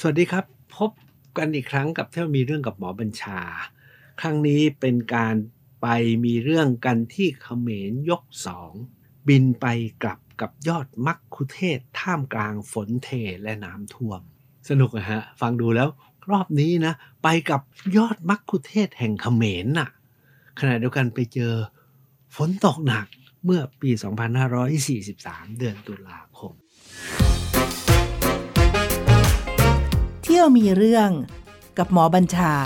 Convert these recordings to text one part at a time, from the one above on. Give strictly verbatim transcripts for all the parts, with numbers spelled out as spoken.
สวัสดีครับพบกันอีกครั้งกับเที่ยวมีเรื่องกับหมอบัญชาครั้งนี้เป็นการไปมีเรื่องกันที่เขมรยกสองบินไปกลับกับยอดมัคคุเทศก์ท่ามกลางฝนเทและน้ำท่วมสนุกนะฮะฟังดูแล้วรอบนี้นะไปกับยอดมัคคุเทศก์แห่งเขมรน่ะขณะเดียวกันไปเจอฝนตกหนักเมื่อปีสองพันห้าร้อยสี่สิบสามเดือนตุลาคมเที่ยวมีเรื่องกับหมอบัญชา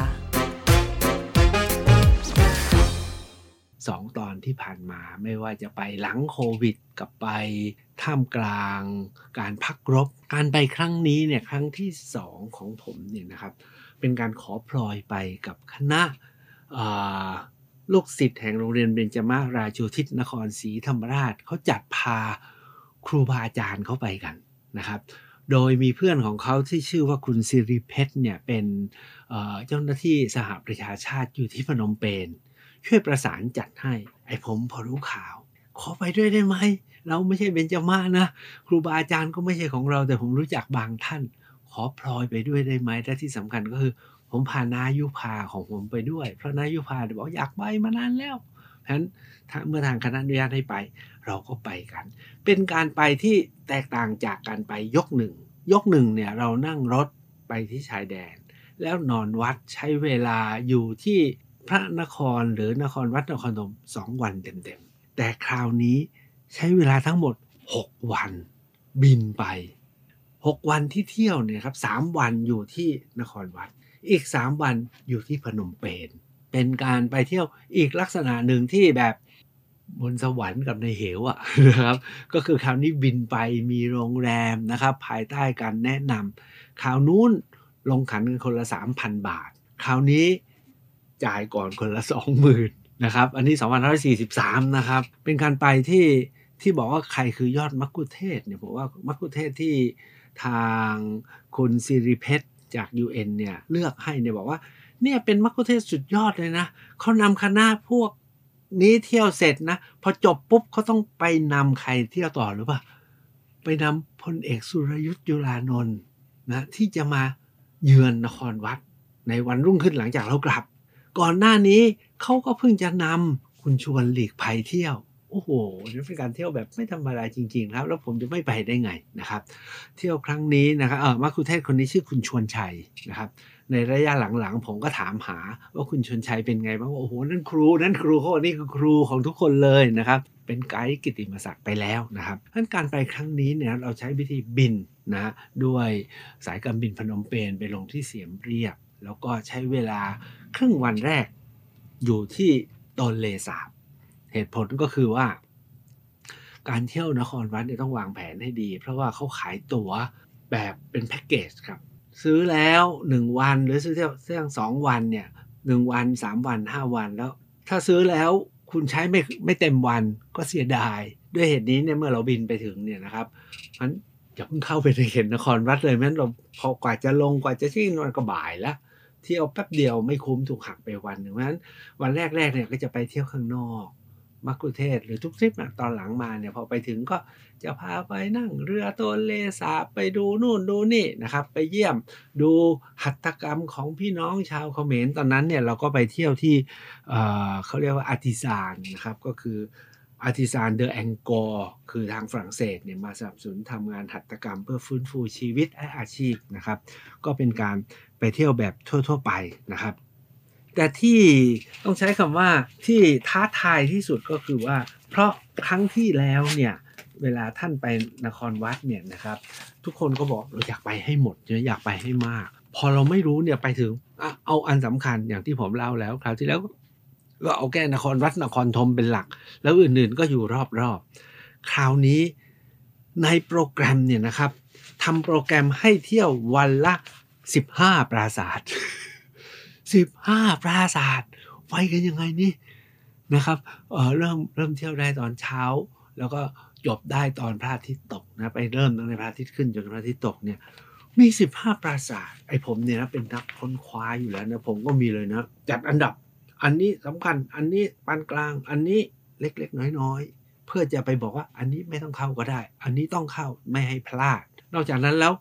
สองตอนที่ผ่านมาไม่ว่าจะไปหลังโควิดกับไปท่ามกลางการพักรบการไปครั้งนี้เนี่ยครั้งที่สองของผมเนี่ยนะครับเป็นการขอพลอยไปกับคณะลูกศิษย์แห่งโรงเรียนเบญจมาราชูทิศนครศรีธรรมราชเขาจัดพาครูบาอาจารย์เข้าไปกันนะครับโดยมีเพื่อนของเขาที่ชื่อว่าคุณสิริเพชรเนี่ยเป็นเจ้าหน้าที่สหประชาชาติอยู่ที่พนมเปญช่วยประสานจัดให้ไอ้ผมพอรู้ข่าวขอไปด้วยได้ไหมเราไม่ใช่เบญจมานะครูบาอาจารย์ก็ไม่ใช่ของเราแต่ผมรู้จักบางท่านขอพลอยไปด้วยได้ไหมและที่สำคัญก็คือผมพานายุพาของผมไปด้วยเพราะนายุพาบอกอยากไปมานานแล้วเพราะฉะนั้นเมื่อทางคณะอนุญาตให้ไปเราก็ไปกันเป็นการไปที่แตกต่างจากการไปยกหนึ่งยกหนึ่งเนี่ยเรานั่งรถไปที่ชายแดนแล้วนอนวัดใช้เวลาอยู่ที่พระนครหรือนครวัดนครธมสองวันเต็มๆแต่คราวนี้ใช้เวลาทั้งหมดหกวันบินไปหกวันที่เที่ยวเนี่ยครับสามวันอยู่ที่นครวัดอีกสามวันอยู่ที่พนมเปญเป็นการไปเที่ยวอีกลักษณะหนึ่งที่แบบบนสวรรค์กับในเหวอ่ะนะครับก็คือคราวนี้บินไปมีโรงแรมนะครับภายใต้การแนะนำคราวนู้นลงขันกันคนละ สามพัน บาทคราวนี้จ่ายก่อนคนละ สองหมื่น นะครับอันนี้สองพันห้าร้อยสี่สิบสามนะครับเป็นการไปที่ที่บอกว่าใครคือยอดมัคคุเทศก์เนี่ยผมว่ามัคคุเทศก์ที่ทางคุณสิริเพชรจาก ยู เอ็น เนี่ยเลือกให้เนี่ยบอกว่าเนี่ยเป็นมัคคุเทศก์สุดยอดเลยนะเขานำคณะพวกนี้เที่ยวเสร็จนะพอจบปุ๊บเขาต้องไปนำใครเที่ยวต่อหรือเปล่าไปนำพลเอกสุรยุทธจุลานนท์นะที่จะมาเยือนนครวัดในวันรุ่งขึ้นหลังจากเรากลับก่อนหน้านี้เขาก็เพิ่งจะนำคุณชวนหลีกภัยเที่ยวโอ้โหนี่เป็นการเที่ยวแบบไม่ธรรมดาจริงๆครับแล้วผมจะไม่ไปได้ไงนะครับเที่ยวครั้งนี้นะครับเออมัคคุเทศก์คนนี้ชื่อคุณชวนชัยนะครับในระยะหลังๆผมก็ถามหาว่าคุณชวนชัยเป็นไงบ้างโอ้โหนั่นครูนั่นครูเขานี่คือครูของทุกคนเลยนะครับเป็นไกด์กิตติมศักดิ์ไปแล้วนะครับงั้นการไปครั้งนี้เนี่ยเราใช้วิธีบินนะด้วยสายการบินพนมเปญไปลงที่เสียมเรียบแล้วก็ใช้เวลาครึ่งวันแรกอยู่ที่ตนเลสาบเหตุผลก็คือว่าการเที่ยวนครวัดเนี่ยต้องวางแผนให้ดีเพราะว่าเขาขายตั๋วแบบเป็นแพ็กเกจครับซื้อแล้วหนึ่งวันหรือซื้อเที่ยวเที่ยวสองวันเนี่ยหนึ่งวันสามวันห้าวันแล้วถ้าซื้อแล้วคุณใช้ไม่ไม่เต็มวันก็เสียดายด้วยเหตุนี้เนี่ยเมื่อเราบินไปถึงเนี่ยนะครับมันอย่าเพิ่งเข้าไปในเขตนครวัดเลยแม้เราพอกว่าจะลงกว่าจะชิ่งมันก็บ่ายแล้วเที่ยวแป๊บเดียวไม่คุ้มถูกหักไปวันหนึ่งเพราะฉะนั้นวันแรกๆเนี่ยก็จะไปเที่ยวข้างนอกมัคคุเทศก์หรือทุกทริปนะตอนหลังมาเนี่ยพอไปถึงก็จะพาไปนั่งเรือโตนเลสาบไปดูนู่นดูนี่นะครับไปเยี่ยมดูหัตถกรรมของพี่น้องชาวเขมรตอนนั้นเนี่ยเราก็ไปเที่ยวที่เอ่อเขาเรียกว่าอาร์ติซานนะครับก็คืออาร์ติซานเดอแองกอร์คือทางฝรั่งเศสเนี่ยมาสนับสนุนทำงานหัตถกรรมเพื่อฟื้นฟูชีวิตและอาชีพนะครับก็เป็นการไปเที่ยวแบบทั่วๆไปนะครับแต่ที่ต้องใช้คำว่าที่ท้าทายที่สุดก็คือว่าเพราะครั้งที่แล้วเนี่ยเวลาท่านไปนครวัดเนี่ยนะครับทุกคนก็บอกเราอยากไปให้หมดอยากไปให้มากพอเราไม่รู้เนี่ยไปถึงเอาอันสำคัญอย่างที่ผมเล่าแล้วคราวที่แล้วก็เอาแค่นครวัดนครธมเป็นหลักแล้วอื่นๆก็อยู่รอบๆคราวนี้ในโปรแกรมเนี่ยนะครับทำโปรแกรมให้เที่ยววันละสิบห้าปราสาทสิบห้าปราสาทไปกันยังไงนี่นะครับเอ่อเริ่มเริ่มเที่ยวได้ตอนเช้าแล้วก็จบได้ตอนพระอาทิตย์ตกนะไปเริ่มตั้งแต่พระอาทิตย์ขึ้นจนพระอาทิตย์ตกเนี่ยมีสิบห้าปราสาทไอ้ผมเนี่ยนะเป็นนักค้นคว้าอยู่แล้วนะผมก็มีเลยนะจัดอันดับอันนี้สำคัญอันนี้ปานกลางอันนี้เล็กๆน้อยๆเพื่อจะไปบอกว่าอันนี้ไม่ต้องเข้าก็ได้อันนี้ต้องเข้าไม่ให้พลาดนอกจากนั้นแล้ว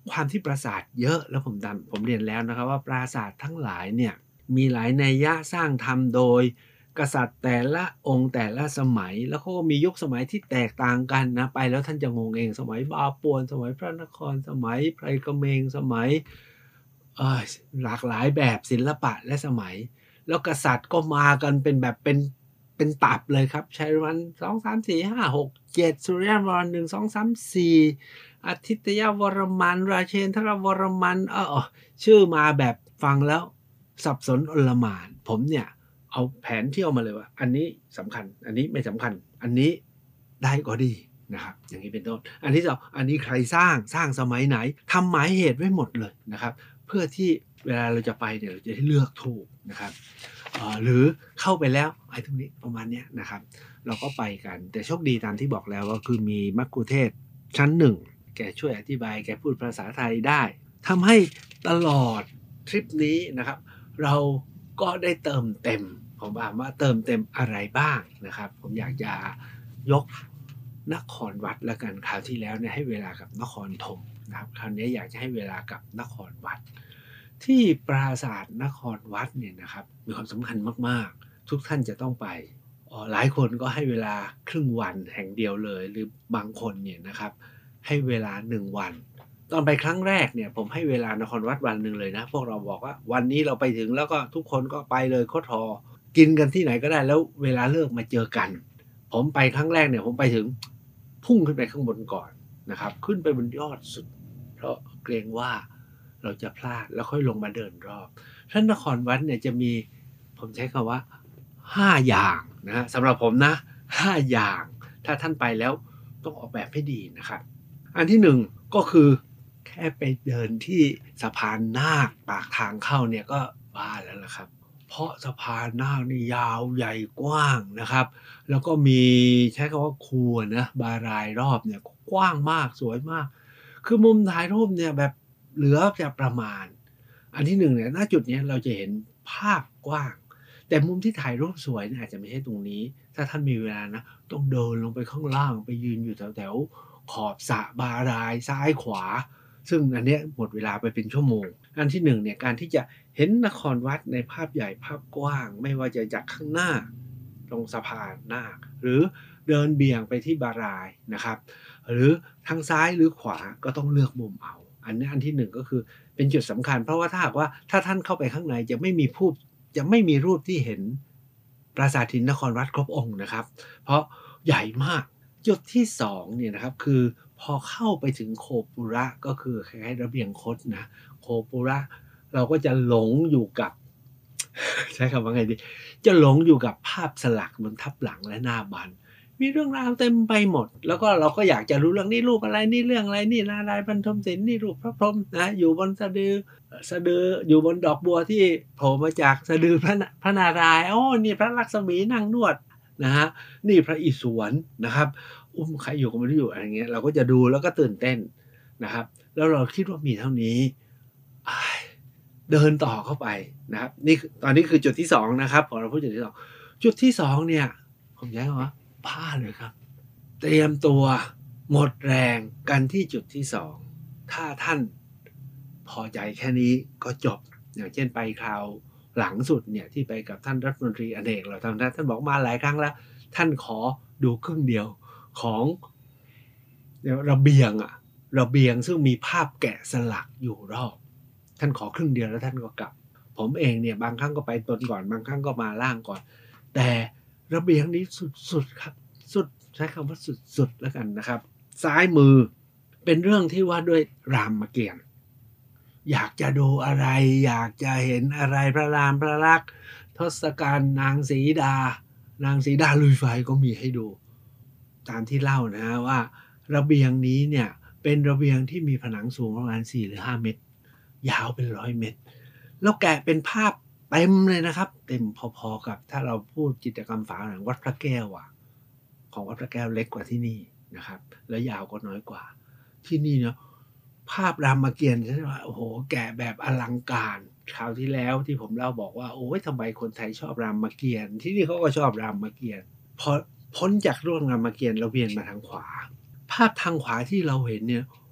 ความที่ปราสาทเยอะแล้วผมดำผมเรียนแล้วนะครับว่าปราสาททั้งหลายเนี่ยมีหลายนัยยะสร้างทำโดยกษัตริย์แต่ละองค์แต่ละสมัยแล้วก็มียุคสมัยที่แตกต่างกันนะไปแล้วท่านจะงงเองสมัยบาปวนสมัยพระนครสมัยไพรกเมงสมัยเอ่อหลากหลายแบบศิลปะและสมัยแล้วกษัตริย์ก็มากันเป็นแบบเป็นเป็นตับเลยครับชัยวันสองสามสี่ห้าหกเจ็ดสุริยันวรหนึ่งสองสามสี่อาทิตยวรมันราเชนทรวรมันเออชื่อมาแบบฟังแล้วสับสนอลหม่านผมเนี่ยเอาแผนเที่ยวมาเลยว่าอันนี้สำคัญอันนี้ไม่สำคัญอันนี้ได้ก็ดีนะครับอย่างนี้เป็นต้นอันที่สองอันนี้ใครสร้างสร้างสมัยไหนทำหมายเหตุไว้หมดเลยนะครับเพื่อที่เวลาเราจะไปเนี่ยเราจะได้เลือกถูกนะครับหรือเข้าไปแล้วไอ้ตรงนี้ประมาณนี้นะครับเราก็ไปกันแต่โชคดีตามที่บอกแล้วว่าคือมีมัคคุเทศก์ชั้นหนึ่งแกช่วยอธิบายแกพูดภาษาไทยได้ทำให้ตลอดทริปนี้นะครับเราก็ได้เติมเต็มผมบอกว่าเติมเต็มอะไรบ้างนะครับผมอยากจะยกนครวัดแล้วกันคราวที่แล้วเนี่ยให้เวลากับนครธมนะครับคราวนี้อยากจะให้เวลากับนครวัดที่ปราสาทนครวัดเนี่ยนะครับมีความสำคัญมากๆทุกท่านจะต้องไปหลายคนก็ให้เวลาครึ่งวันแห่งเดียวเลยหรือบางคนเนี่ยนะครับให้เวลาหนึ่งวันตอนไปครั้งแรกเนี่ยผมให้เวลานครวัดวันหนึ่งเลยนะพวกเราบอกว่าวันนี้เราไปถึงแล้วก็ทุกคนก็ไปเลยโคทอกินกันที่ไหนก็ได้แล้วเวลาเลิกมาเจอกันผมไปครั้งแรกเนี่ยผมไปถึงพุ่งขึ้นไปข้างบนก่อนนะครับขึ้นไปบนยอดสุดเพราะเกรงว่าเราจะพลาดแล้วค่อยลงมาเดินรอบท่านนครวัดเนี่ยจะมีผมใช้คำว่าห้าอย่างนะฮะสำหรับผมนะห้าอย่างถ้าท่านไปแล้วต้องออกแบบให้ดีนะครับอันที่หนึ่งก็คือแค่ไปเดินที่สะพานนาคปากทางเข้าเนี่ยก็บ้าแล้วล่ะครับเพราะสะพานนาคนี่ยาวใหญ่กว้างนะครับแล้วก็มีใช้คำว่าคูนะบารายรอบเนี่ยกว้างมากสวยมากคือมุมถ่ายรูปเนี่ยแบบเหลือจะประมาณอันที่หนึ่งเนี่ยณจุดนี้เราจะเห็นภาพกว้างแต่มุมที่ถ่ายรูปสวยเนี่ยอาจจะไม่ใช่ตรงนี้ถ้าท่านมีเวลานะต้องเดินลงไปข้างล่างไปยืนอยู่แถวๆขอบสระบารายซ้ายขวาซึ่งอันนี้หมดเวลาไปเป็นชั่วโมงอันที่หนึ่งเนี่ยการที่จะเห็นนครวัดในภาพใหญ่ภาพกว้างไม่ว่าจะจากข้างหน้าตรงสะพานนาคหรือเดินเบี่ยงไปที่บารายนะครับหรือทางซ้ายหรือขวาก็ต้องเลือกมุมเอาอันนี้อันที่หนึ่งก็คือเป็นจุดสำคัญเพราะว่าถ้าหากว่าถ้าท่านเข้าไปข้างในจะไม่มีรูปจะไม่มีรูปที่เห็นปราสาทหินนครวัดครบองค์นะครับเพราะใหญ่มากจุดที่สองเนี่ยนะครับคือพอเข้าไปถึงโคปุระก็คือคล้ายๆระเบียงคดนะโคปุระเราก็จะหลงอยู่กับใช้คำว่าไงดีจะหลงอยู่กับภาพสลักบนทับหลังและหน้าบันมีเรื่องราวเต็มไปหมดแล้วก็เราก็อยากจะรู้เรื่องนี้รูปอะไรนี่เรื่องอะไรนี่นารายณ์บรรทมศิลป์นี่รูปพระพรหมนะอยู่บนสะดือสะดืออยู่บนดอกบัวที่โผล่มาจากสะดือพระพระนารายณ์โอ้นี่พระลักษมีนั่งนวดนะฮะนี่พระอิศวรนะครับอุ้มใครอยู่ก็ไม่รู้อยู่อะไรเงี้ยเราก็จะดูแล้วก็ตื่นเต้นนะครับแล้วเราคิดว่ามีเท่านี้เดินต่อเข้าไปนะครับนี่ตอนนี้คือจุดที่สองนะครับพอเราพูดจุดที่สองจุดที่สองเนี่ยผมย้ายว่าบ้าเลยครับเตรียมตัวหมดแรงกันที่จุดที่สองถ้าท่านพอใจแค่นี้ก็จบอย่างเช่นไปคราวหลังสุดเนี่ยที่ไปกับท่านรัฐมนตรีอเนกเราทำท่านบอกมาหลายครั้งแล้วท่านขอดูครึ่งเดียวของระเบียงอะระเบียงซึ่งมีภาพแกะสลักอยู่รอบท่านขอครึ่งเดียวแล้วท่านก็กลับผมเองเนี่ยบางครั้งก็ไปตนก่อนบางครั้งก็มาล่างก่อนแต่ระเบียงนี้สุดๆครับสุดใช้คำว่าสุดๆแล้วกันนะครับซ้ายมือเป็นเรื่องที่ว่าด้วยรามเกียรติ์อยากจะดูอะไรอยากจะเห็นอะไรพระรามพระลักษณ์ทศกัณฐ์นางสีดานางสีดาลุยไฟก็มีให้ดูตามที่เล่านะว่าระเบียงนี้เนี่ยเป็นระเบียงที่มีผนังสูงประมาณสี่หรือห้าเมตรยาวเป็นร้อยเมตรแล้วแกะเป็นภาพเต็มเลยนะครับเต็มพอๆกับถ้าเราพูดจิตรกรรมฝาผนังวัดพระแก้วอ่ะของวัดพระแก้วเล็กกว่าที่นี่นะครับและยาวก็น้อยกว่าที่นี่เนาะภาพรามเกียรติ์ใช่ไหมโอ้โหแกะแบบอลังการคราวที่แล้วที่ผมเล่าบอกว่าโอ้ยทำไมคนไทยชอบรามเกียรติ์ที่นี่เขาก็ชอบรามเกียรติ์พอพ้นจากเรื่องรามเกียรติ์เราเวียนมาทางขวาภาพทางขวาที่เราเห็นเนี่ย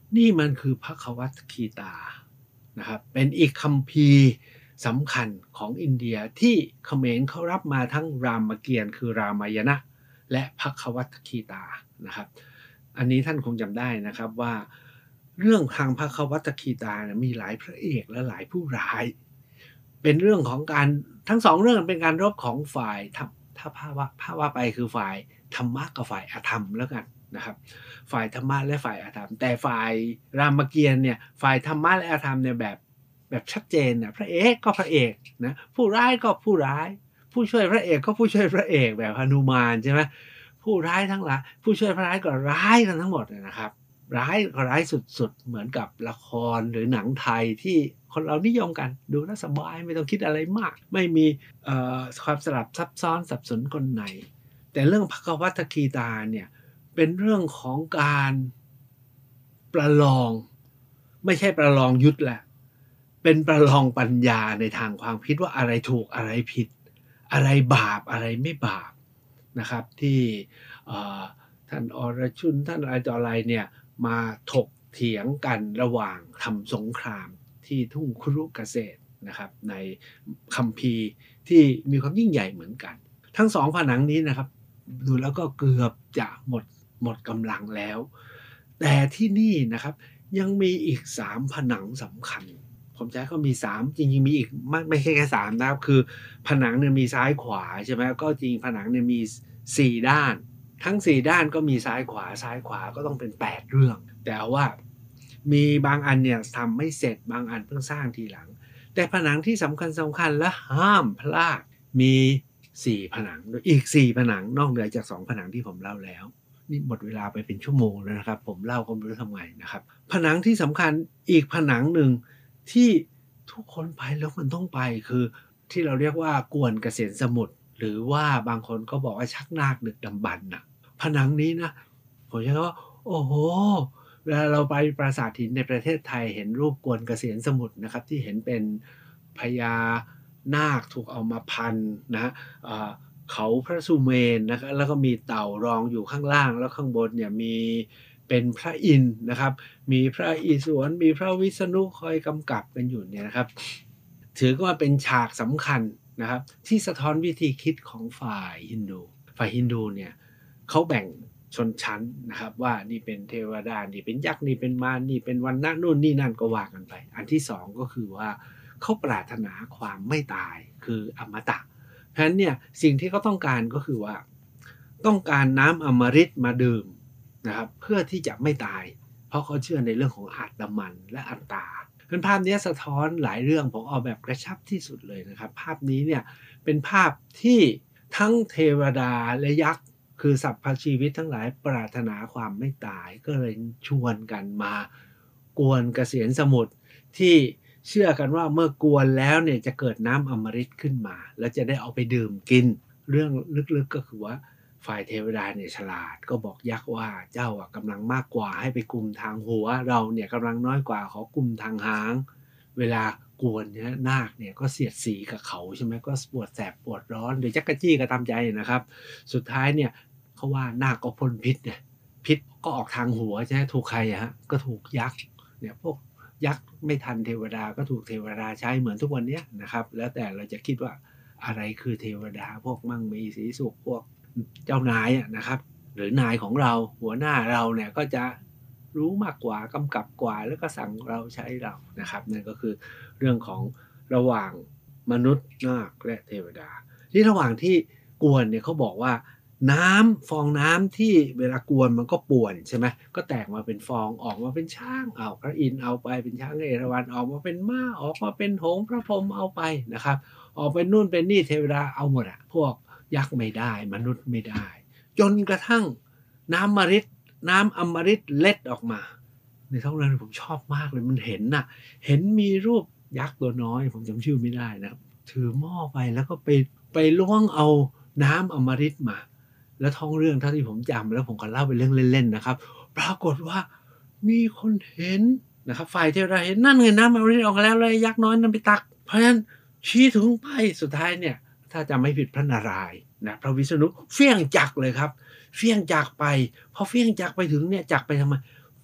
นี่มันคือภควตคีตานะครับเป็นอีกคัมภีร์สำคัญของอินเดียที่เขมรเขารับมาทั้งรามเกียรติ์คือรามายณะและภควตคีตานะครับอันนี้ท่านคงจำได้นะครับว่าเรื่องทางภควตคีตานะมีหลายพระเอกและหลายผู้ร้ายเป็นเรื่องของการทั้งสองเรื่องเป็นการรบของฝ่ายถ้าภาวะภาวะไปคือฝ่ายธรรมะกับฝ่ายอธรรมแล้วกันนะครับฝ่ายธรรมะและฝ่ายอธรรมแต่ฝ่ายรามเกียรติ์เนี่ยฝ่ายธรรมะและอธรรมเนี่ยแบบแบบชัดเจนนะพระเอกก็พระเอกนะผู้ร้ายก็ผู้ร้ายผู้ช่วยพระเอกก็ผู้ช่วยพระเอกแบบหนุมานใช่ไหมผู้ร้ายทั้งหลายผู้ช่วยพระร้ายก็ร้ายกันทั้งหมดนะครับร้ายก็ร้ายสุดๆเหมือนกับละครหรือหนังไทยที่คนเรานิยมกันดูแล้วสบายไม่ต้องคิดอะไรมากไม่มีความสลับซับซ้อนสับสนกลในแต่เรื่องภควตคีตาเนี่ยเป็นเรื่องของการประลองไม่ใช่ประลองยุทธแหละเป็นประลองปัญญาในทางความคิดว่าอะไรถูกอะไรผิดอะไรบาปอะไรไม่บาปนะครับที่ท่านอรชุนท่านอะไรต่ออะไรเนี่ยมาถกเถียงกันระหว่างทำสงครามที่ทุ่งคุรุเกษตรนะครับในคัมภีร์ที่มีความยิ่งใหญ่เหมือนกันทั้งสองผนังนี้นะครับดูแล้วก็เกือบจะหมดหมดกำลังแล้วแต่ที่นี่นะครับยังมีอีกสามผนังสำคัญผมใช้ก็มีสามจริงๆมีอีกไม่ไม่ใช่แค่สามนะครับคือผนังเนี่ยมีซ้ายขวาใช่ไหมก็จริงผนังเนี่ยมีสี่ด้านทั้งสี่ด้านก็มีซ้ายขวาซ้ายขวาก็ต้องเป็นแปดเรื่องแต่ว่ามีบางอันเนี่ยทำไม่เสร็จบางอันเพิ่งสร้างทีหลังแต่ผนังที่สำคัญสำคัญและห้ามพลาดมีสี่ผนังอีกสี่ผนังนอกเหนือจากสองผนังที่ผมเล่าแล้วนี่หมดเวลาไปเป็นชั่วโมงแล้วนะครับผมเล่าก็ไม่รู้ทำไงนะครับผนังที่สำคัญอีกผนังหนึ่งที่ทุกคนไปแล้วมันต้องไปคือที่เราเรียกว่ากวนเกษียณสมุทรหรือว่าบางคนก็บอกว่าชักนาคดึกดำบรรพ์น่ะผนังนี้นะผมใช้คำว่าโอ้โหเวลาเราไปปราสาทหินในประเทศไทยเห็นรูปกวนเกษียณสมุทรนะครับที่เห็นเป็นพญานาคถูกเอามาพันนะเขาพระสุเมนนะครับแล้วก็มีเต่ารองอยู่ข้างล่างแล้วข้างบนเนี่ยมีเป็นพระอินทร์นะครับมีพระอิศวรมีพระวิษณุคอยกำกับกันอยู่เนี่ยนะครับถือว่าเป็นฉากสำคัญนะครับที่สะท้อนวิธีคิดของฝ่ายฮินดูฝ่ายฮินดูเนี่ยเขาแบ่งชนชั้นนะครับว่านี่เป็นเทวดานี่เป็นยักษ์นี่เป็นมารนี่เป็นวันนะนู่นนี่นั่นก็ว่ากันไปอันที่สองก็คือว่าเขาปรารถนาความไม่ตายคืออมตะเพราะฉะนั้นเนี่ยสิ่งที่เขาต้องการก็คือว่าต้องการน้ำอมฤตมาดื่มนะครับเพื่อที่จะไม่ตายเพราะเขาเชื่อในเรื่องของอาตมันและอัตตาเป็นภาพนี้สะท้อนหลายเรื่องผมเอาแบบกระชับที่สุดเลยนะครับภาพนี้เนี่ยเป็นภาพที่ทั้งเทวดาและยักษ์คือสรรพชีวิตทั้งหลายปรารถนาความไม่ตายก็เลยชวนกันมากวนเกษียณสมุทรที่เชื่อกันว่าเมื่อกวนแล้วเนี่ยจะเกิดน้ำอมฤตขึ้นมาแล้วจะได้เอาไปดื่มกินเรื่องลึกๆก็คือว่าฝ่ายเทวดาเนี่ยฉลาดก็บอกยักษ์ว่าเจ้าอ่ะกำลังมากกว่าให้ไปกุมทางหัวเราเนี่ยกำลังน้อยกว่าขอกุมทางหางเวลากวนเนี่ยนาคเนี่ยก็เสียดสีกับเขาใช่ไหมก็ปวดแสบปวดร้อนหรือจักรจี้ก็ตามใจนะครับสุดท้ายเนี่ยเขาว่านาคก็พ้นพิษเนี่ยพิษก็ออกทางหัวใช่ไหมถูกใครอะฮะก็ถูกยักษ์เนี่ยพวกยักษ์ไม่ทันเทวดาก็ถูกเทวดาใช้เหมือนทุกวันนี้นะครับแล้วแต่เราจะคิดว่าอะไรคือเทวดาพวกมั่งมีสีสุขพวกเจ้านายนะครับหรือนายของเราหัวหน้าเราเนี่ยก็จะรู้มากกว่ากำกับกว่าแล้วก็สั่งเราใช้เรานะครับนั่นก็คือเรื่องของระหว่างมนุษย์นาคและเทวดาที่ระหว่างที่กวนเนี่ยเขาบอกว่าน้ำฟองน้ำที่เวลากวนมันก็ป่วนใช่ไหมก็แตกมาเป็นฟองออกมาเป็นช้างเอาพระอินทร์เอาไปเป็นช้างเอราวัณออกมาเป็นม้าออกมาเป็นหงส์พระพรหมเอาไปนะครับออกเป็นนู่นเป็นนี่เทวดาเอาหมดอะพวกยักษ์ไม่ได้มนุษย์ไม่ได้จนกระทั่งน้ำมฤตน้ำอมฤตเล็ดออกมาในท้องเรื่องผมชอบมากเลยมันเห็นน่ะเห็นมีรูปยักษ์ตัวน้อยผมจำชื่อไม่ได้นะครับถือหม้อไปแล้วก็ไปไปล้วงเอาน้ำอมฤตมาแล้วท้องเรื่องเท่าที่ผมจำแล้วผมก็เล่าเป็นเรื่องเล่นๆนะครับปรากฏว่ามีคนเห็นนะครับฝ่ายเทวดาเห็นนั่นไงน้ำอมฤตออกแล้วเลยยักษ์น้อยนั้นไปตักเพราะฉะนั้นชี้ถึงไปสุดท้ายเนี่ยถ้าจำไม่ผิดพระนารายณ์นะพระวิษณุเฟี้ยงจักรเลยครับเฟี้ยงจักรไปพอเฟี้ยงจักรไปถึงเนี่ยจักรไปทำไม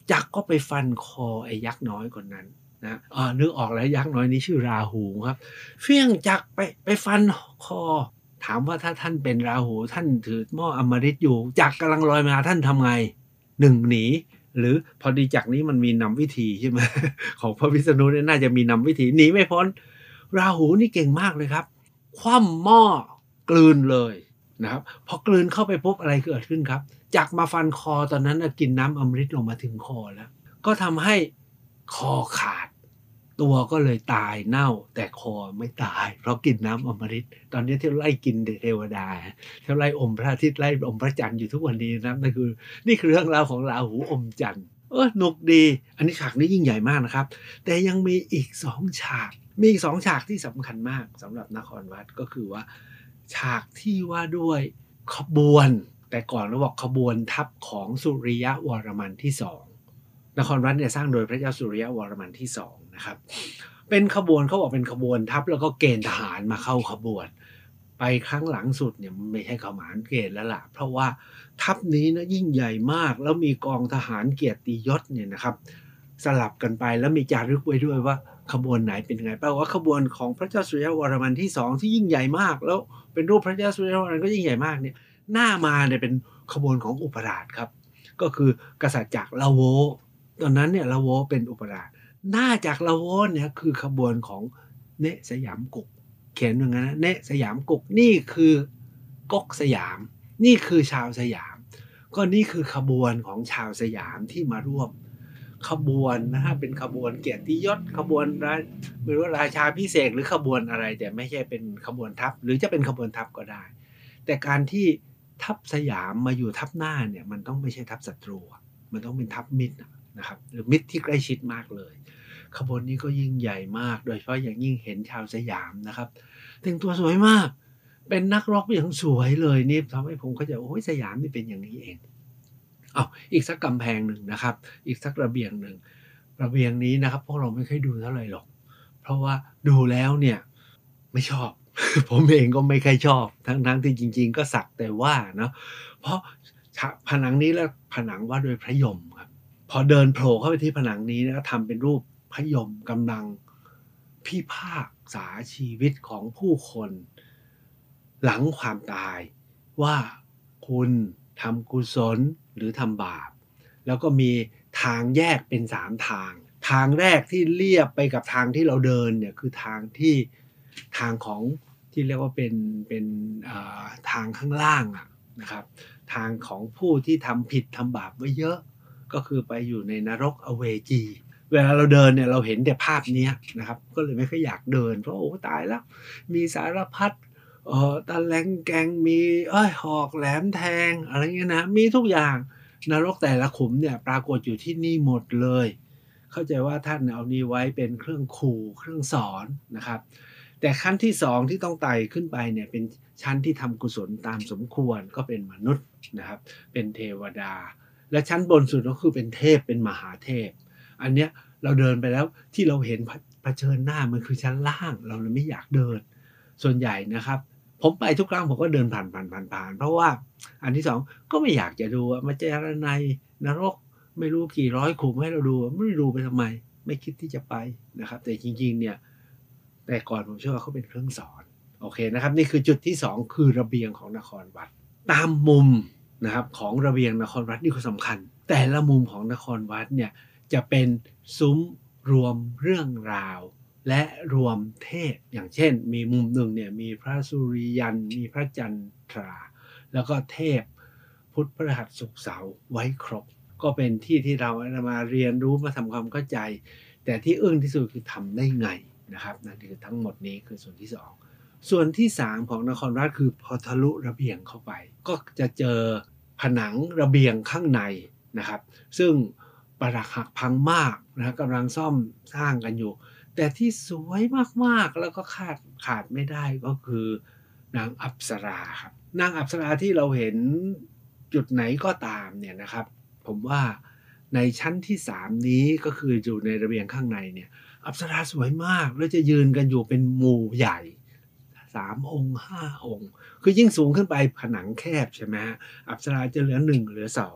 จักรก็ไปฟันคอไอ้ยักษ์น้อยคนนั้นนะอ่านึกออกแล้วยักษ์น้อยนี้ชื่อราหูครับเฟี้ยงจักรไปไปฟันคอถามว่าถ้าท่านเป็นราหูท่านถือหม้ออมฤตอยู่จักรกำลังลอยมาท่านทำไงหนึ่งหนีหรือพอดีจักรนี้มันมีนำวิธีใช่ไหม ของพระวิษณุเนี่ยน่าจะมีนำวิธีหนีไม่พ้นราหูนี่เก่งมากเลยครับคว่ำหม้อกลืนเลยนะครับพอกลืนเข้าไปปุ๊บอะไรเกิดขึ้นครับจักรมาฟันคอตอนนั้นนะกินน้ำอมฤตลงมาถึงคอแล้วก็ทำให้คอขาดตัวก็เลยตายเน่าแต่คอไม่ตายเพราะกินน้ำอมฤตตอนนี้ที่ไล่กินเทวดาที่ไล่อมพระอาทิตย์ไล่อมพระจันทร์อยู่ทุกวันนี้นะนั่นคือนี่คือเรื่องราวของราหูอมจันทร์เออหนุกดีอันนี้ฉากนี้ยิ่งใหญ่มากนะครับแต่ยังมีอีกสองฉากมีอีกสองฉากที่สำคัญมากสำหรับนครวัดก็คือว่าฉากที่ว่าด้วยขบวนแต่ก่อนเราบอกขบวนทัพของสุริยะวรมันที่สองนครวัดเนี่ยสร้างโดยพระเจ้าสุริยะวรมันที่สองนะครับเป็นขบวนเขาบอกเป็นขบวนทัพแล้วก็เกณฑ์ทหารมาเข้าขบวนไปครั้งหลังสุดเนี่ยไม่ใช่ขมานเกณฑ์แล้วล่ะเพราะว่าทัพนี้นะยิ่งใหญ่มากแล้วมีกองทหารเกียรติยศเนี่ยนะครับสลับกันไปแล้วมีจารึกไว้ด้วยว่าขบวนไหนเป็นไงแปลว่าขบวนของพระเจ้าสุริยะวรมันที่สองที่ยิ่งใหญ่มากแล้วเป็นรูปพระเจ้าสุริยะวรมันก็ยิ่งใหญ่มากเนี่ยหน้ามาเนี่ยเป็นขบวนของอุปราชครับก็คือกษัตริย์จักรละโวตอนนั้นเนี่ยละโวเป็นอุปราชหน้าจากละโวเนี่ยคือขบวนของเนะสยามกุกเขียนอย่างนั้นนะเนะสยามกุกนี่คือก๊กสยามนี่คือชาวสยามก็นี่คือขบวนของชาวสยามที่มาร่วมขบวนนะฮะเป็นขบวนเกียรติยศขบวนราไม่รู้ว่าราชาพิเศษหรือขบวนอะไรแต่ไม่ใช่เป็นขบวนทัพหรือจะเป็นขบวนทัพก็ได้แต่การที่ทัพสยามมาอยู่ทัพหน้าเนี่ยมันต้องไม่ใช่ทัพศัตรูมันต้องเป็นทัพมิตรนะครับหรือมิตรที่ใกล้ชิดมากเลยขบวนนี้ก็ยิ่งใหญ่มากโดยเฉพาะอย่างยิ่งเห็นชาวสยามนะครับแต่งตัวสวยมากเป็นนักรบอย่างสวยเลยนี่ทำให้ผมเข้าใจโอ้ยสยามนี่เป็นอย่างนี้เองเอาอีกสักกำแพงหนึ่งนะครับอีกสักระเบียงหนึ่งระเบียงนี้นะครับพวกเราไม่ค่อยดูเท่าไหร่หรอกเพราะว่าดูแล้วเนี่ยไม่ชอบ ผมเองก็ไม่ค่อยชอบทั้งๆที่จริงๆก็สักแต่ว่าเนาะเพราะผนังนี้แล้วผนังว่าโดยพระยมครับพอเดินโผล่เข้าไปที่ผนังนี้แล้วทำเป็นรูปพระยมกำลังพิพากษาชีวิตของผู้คนหลังความตายว่าคุณทำกุศลหรือทำบาปแล้วก็มีทางแยกเป็นสามทางทางแรกที่เลียบไปกับทางที่เราเดินเนี่ยคือทางที่ทางของที่เรียกว่าเป็นเป็นทางข้างล่างอะนะครับทางของผู้ที่ทำผิดทำบาปไว้เยอะก็คือไปอยู่ในนรกอเวจีเวลาเราเดินเนี่ยเราเห็นแต่ภาพนี้นะครับก็เลยไม่ค่อยอยากเดินเพราะโอ้ตายแล้วมีสารพัดเอ่อตะแลงแกงมีเอ้ยหอกแหลมแทงอะไรเงี้ยนะมีทุกอย่างนรกแต่ละขุมเนี่ยปรากฏอยู่ที่นี่หมดเลยเข้าใจว่าท่านเอานี้ไว้เป็นเครื่องขู่เครื่องสอนนะครับแต่ขั้นที่สองที่ต้องไต่ขึ้นไปเนี่ยเป็นชั้นที่ทำกุศลตามสมควรก็เป็นมนุษย์นะครับเป็นเทวดาและชั้นบนสุดก็คือเป็นเทพเป็นมหาเทพอันเนี้ยเราเดินไปแล้วที่เราเห็นเผชิญหน้ามันคือชั้นล่างเราเลยไม่อยากเดินส่วนใหญ่นะครับผมไปทุกครั้งผมก็เดินผ่านผ่านผ่านผ่านเพราะว่าอันที่สองก็ไม่อยากจะดูมาเจรในนรกไม่รู้กี่ร้อยขุมให้เราดูไม่ดูไปทำไมไม่คิดที่จะไปนะครับแต่จริงๆเนี่ยแต่ก่อนผมเชื่อว่าเขาเป็นเครื่องสอนโอเคนะครับนี่คือจุดที่สองคือระเบียงของนครวัดตามมุมนะครับของระเบียงนครวัดนี่ก็สำคัญแต่ละมุมของนครวัดเนี่ยจะเป็นซุ้มรวมเรื่องราวและรวมเทพอย่างเช่นมีมุมหนึ่งเนี่ยมีพระสุริยันมีพระจันทราแล้วก็เทพพุทธพฤหัสศุกร์เสาร์ไว้ครบก็เป็นที่ที่เรามาเรียนรู้มาทำความเข้าใจแต่ที่อึ้งที่สุดคือทำได้ไงนะครับนั่นคือทั้งหมดนี้คือส่วนที่สองส่วนที่สามของนครวัดคือพอทะลุระเบียงเข้าไปก็จะเจอผนังระเบียงข้างในนะครับซึ่งปรักหักพังมากนะกำลังซ่อมสร้างกันอยู่แต่ที่สวยมากๆแล้วก็ขาดขาดไม่ได้ก็คือนางอัปสราครับนางอัปสราที่เราเห็นจุดไหนก็ตามเนี่ยนะครับผมว่าในชั้นที่สามนี้ก็คืออยู่ในระเบียงข้างในเนี่ยอัปสราสวยมากแล้วจะยืนกันอยู่เป็นหมู่ใหญ่สามองค์ห้าองค์คือยิ่งสูงขึ้นไปผนังแคบใช่ไหมฮะอัปสราจะเหลือหนึ่งเหลือสอง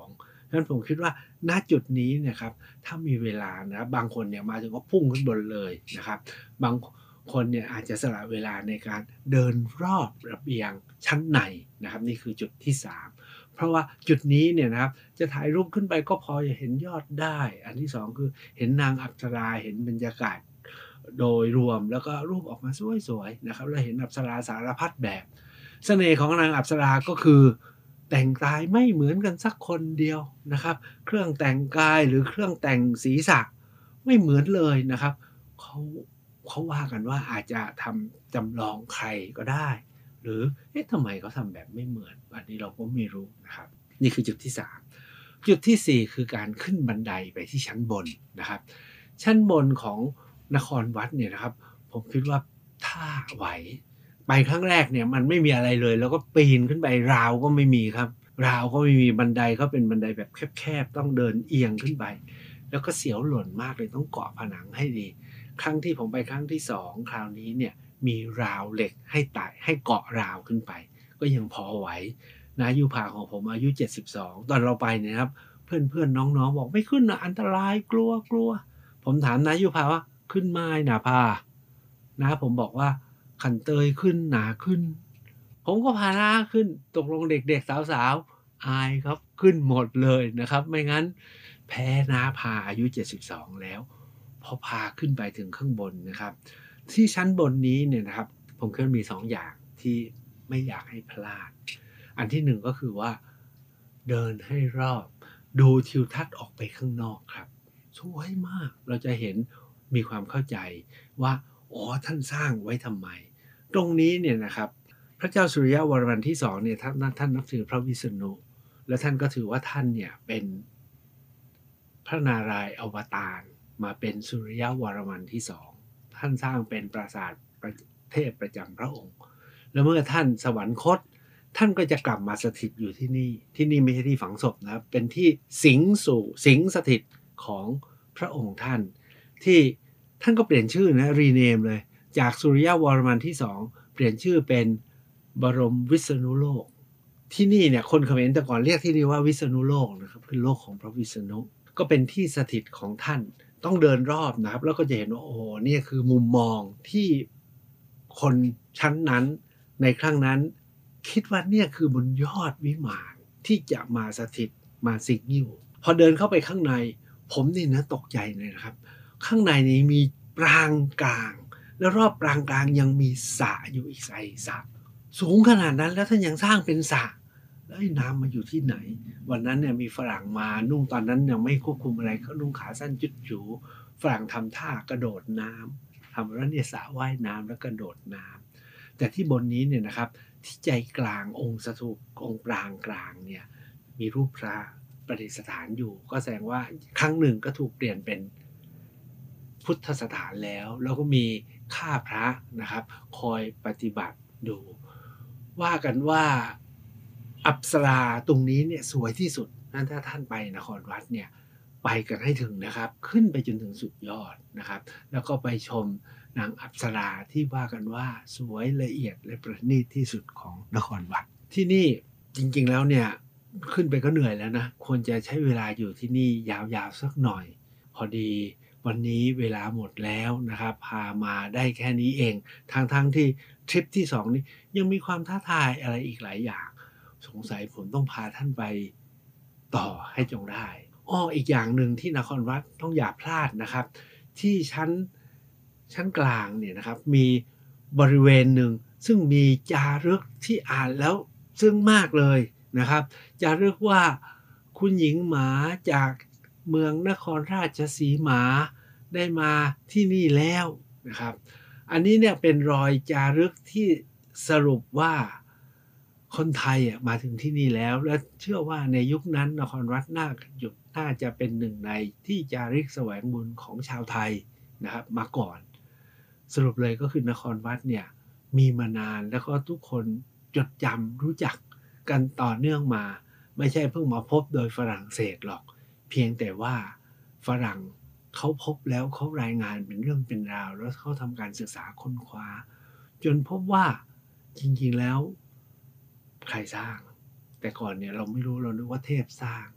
ฉะนั้นผมคิดว่าณจุดนี้เนี่ยครับถ้ามีเวลานะบางคนเนี่ยมาถึงก็พุ่งขึ้นบนเลยนะครับบางคนเนี่ยอาจจะสละเวลาในการเดินรอบระเบียงชั้นในนะครับนี่คือจุดที่สามเพราะว่าจุดนี้เนี่ยนะครับจะถ่ายรูปขึ้นไปก็พอจะเห็นยอดได้อันที่สองคือเห็นนางอัปสราเห็นบรรยากาศโดยรวมแล้วก็รูปออกมาสวยๆนะครับแล้วเห็นอัปสราสารพัดแบบเสน่ห์ของนางอัปสราก็คือแต่งกายไม่เหมือนกันสักคนเดียวนะครับเครื่องแต่งกายหรือเครื่องแต่งศีรษะไม่เหมือนเลยนะครับเขาเขาว่ากันว่าอาจจะทำจำลองใครก็ได้หรือเอ๊ะทำไมเขาทำแบบไม่เหมือนอันนี้เราก็ไม่รู้นะครับนี่คือจุดที่สามจุดที่สี่คือการขึ้นบันไดไปที่ชั้นบนนะครับชั้นบนของนครวัดเนี่ยนะครับผมคิดว่าถ้าไหวไปครั้งแรกเนี่ยมันไม่มีอะไรเลยแล้วก็ปีนขึ้นไปราวก็ไม่มีครับราวก็ไม่มีบันไดก็เป็นบันไดแบบแคบๆต้องเดินเอียงขึ้นไปแล้วก็เสียวหล่นมากเลยต้องเกาะผนังให้ดีครั้งที่ผมไปครั้งที่สองคราวนี้เนี่ยมีราวเหล็กให้ไต่ให้เกาะราวขึ้นไปก็ยังพอไหวนายุพาของผมอายุเจ็ดสิบสองตอนเราไปเนี่ยครับเพื่อนๆน้องๆบอกไม่ขึ้นนะอันตรายกลัวกลัวผมถามนายุพาว่าขึ้นไม้นาพานะผมบอกว่าขันเตยขึ้นหนาขึ้นผมก็พาน้าขึ้นตกลงเด็กๆสาวๆอายครับขึ้นหมดเลยนะครับไม่งั้นแพ้น้าพาอายุเจ็ดสิบสองแล้วพอพาขึ้นไปถึงข้างบนนะครับที่ชั้นบนนี้เนี่ยนะครับผมคิดว่ามีสองอย่างที่ไม่อยากให้พลาดอันที่หนึ่งก็คือว่าเดินให้รอบดูทิวทัศน์ออกไปข้างนอกครับสวยมากเราจะเห็นมีความเข้าใจว่าอ๋อท่านสร้างไว้ทำไมตรงนี้เนี่ยนะครับพระเจ้าสุริยะวรมันที่สองเนี่ยท่านท่านนับถือพระวิษณุและท่านก็ถือว่าท่านเนี่ยเป็นพระนารายณ์อวตารมาเป็นสุริยะวรมันที่สองท่านสร้างเป็นปราสาทเทพประจำพระองค์แล้วเมื่อท่านสวรรคตท่านก็จะกลับมาสถิตอยู่ที่นี่ที่นี่ไม่ใช่ที่ฝังศพนะครับเป็นที่สิงสู่สิงสถิตของพระองค์ท่านที่ท่านก็เปลี่ยนชื่อนะรีเนมเลยจากสุริยะวรมันที่สองเปลี่ยนชื่อเป็นบรมวิษณุโลกที่นี่เนี่ยคนเขมรแต่ก่อนเรียกที่นี่ว่าวิษณุโลกนะครับคือโลกของพระวิษณุก็เป็นที่สถิตของท่านต้องเดินรอบนะครับแล้วก็จะเห็นว่าโอ้โหนี่คือมุมมองที่คนชั้นนั้นในครั้งนั้นคิดว่าเนี่ยคือบนยอดวิมานที่จะมาสถิตมาสิงอยู่พอเดินเข้าไปข้างในผมนี่นะตกใจเลยนะครับข้างในนี้มีปรางกลางแล้วรอบปรางกลางยังมีสระอยู่อีกใส่สระสูงขนาดนั้นแล้วท่านยังสร้างเป็นสระแล้วไอ้น้ำมาอยู่ที่ไหนวันนั้นเนี่ยมีฝรั่งมานุ่งตอนนั้นยังไม่ควบคุมอะไรเขานุ่งขาสั้นจุดจูฝรั่งทำท่ากระโดดน้ำทำแล้วเนี่ยสระว่ายน้ำแล้วกระโดดน้ำแต่ที่บนนี้เนี่ยนะครับที่ใจกลางองค์สถูปองค์ปรางกลางเนี่ยมีรูปพระประดิษฐานอยู่ก็แสดงว่าครั้งหนึ่งก็ถูกเปลี่ยนเป็นพุทธสถานแล้วแล้วก็มีข้าพระนะครับคอยปฏิบัติดูว่ากันว่าอัปสราตรงนี้เนี่ยสวยที่สุดนั้นถ้าท่านไปนครวัดเนี่ยไปกันให้ถึงนะครับขึ้นไปจนถึงสุดยอดนะครับแล้วก็ไปชมนางอัปสราที่ว่ากันว่าสวยละเอียดและประณีตที่สุดของนครวัดที่นี่จริงๆแล้วเนี่ยขึ้นไปก็เหนื่อยแล้วนะควรจะใช้เวลาอยู่ที่นี่ยาวๆสักหน่อยพอดีวันนี้เวลาหมดแล้วนะครับพามาได้แค่นี้เองทั้งๆ ท, ที่ทริปที่สองนี้ยังมีความท้าทายอะไรอีกหลายอย่างสงสัยผมต้องพาท่านไปต่อให้จงได้อ้ออีกอย่างหนึ่งที่นครวัดต้องอย่าพลาดนะครับที่ชั้นชั้นกลางเนี่ยนะครับมีบริเวณหนึ่งซึ่งมีจารึกที่อ่านแล้วซึ้งมากเลยนะครับจารึกว่าคุณหญิงหมาจากเมืองนครราชสีมาได้มาที่นี่แล้วนะครับอันนี้เนี่ยเป็นรอยจารึกที่สรุปว่าคนไทยอ่ะมาถึงที่นี่แล้วและเชื่อว่าในยุคนั้นนครวัดน่าอยู่น่าจะเป็นหนึ่งในที่จารึกแสวงบุญของชาวไทยนะครับมาก่อนสรุปเลยก็คือนครวัดเนี่ยมีมานานแล้วก็ทุกคนจดจำรู้จักกันต่อเนื่องมาไม่ใช่เพิ่งมาพบโดยฝรั่งเศสหรอกเพียงแต่ว่าฝรั่งเขาพบแล้วเขารายงานเป็นเรื่องเป็นราวแล้วเขาทำการศึกษาค้นคว้าจนพบว่าจริงๆแล้วใครสร้างแต่ก่อนเนี่ยเราไม่รู้เรานึกว่าเทพสร้าง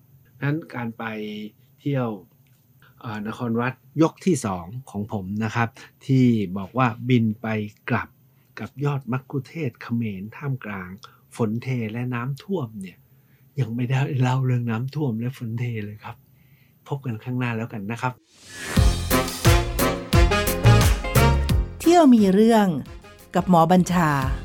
นั้นการไปเที่ยวเอ่อนครวัดยกที่สองของผมนะครับที่บอกว่าบินไปกลับกับยอดมักคุเทศก์เขมรท่ามกลางฝนเทและน้ำท่วมเนี่ยยังไม่ได้เล่าเรื่องน้ำท่วมและฝนเทเลยครับพบกันข้างหน้าแล้วกันนะครับเที่ยวมีเรื่องกับหมอบัญชา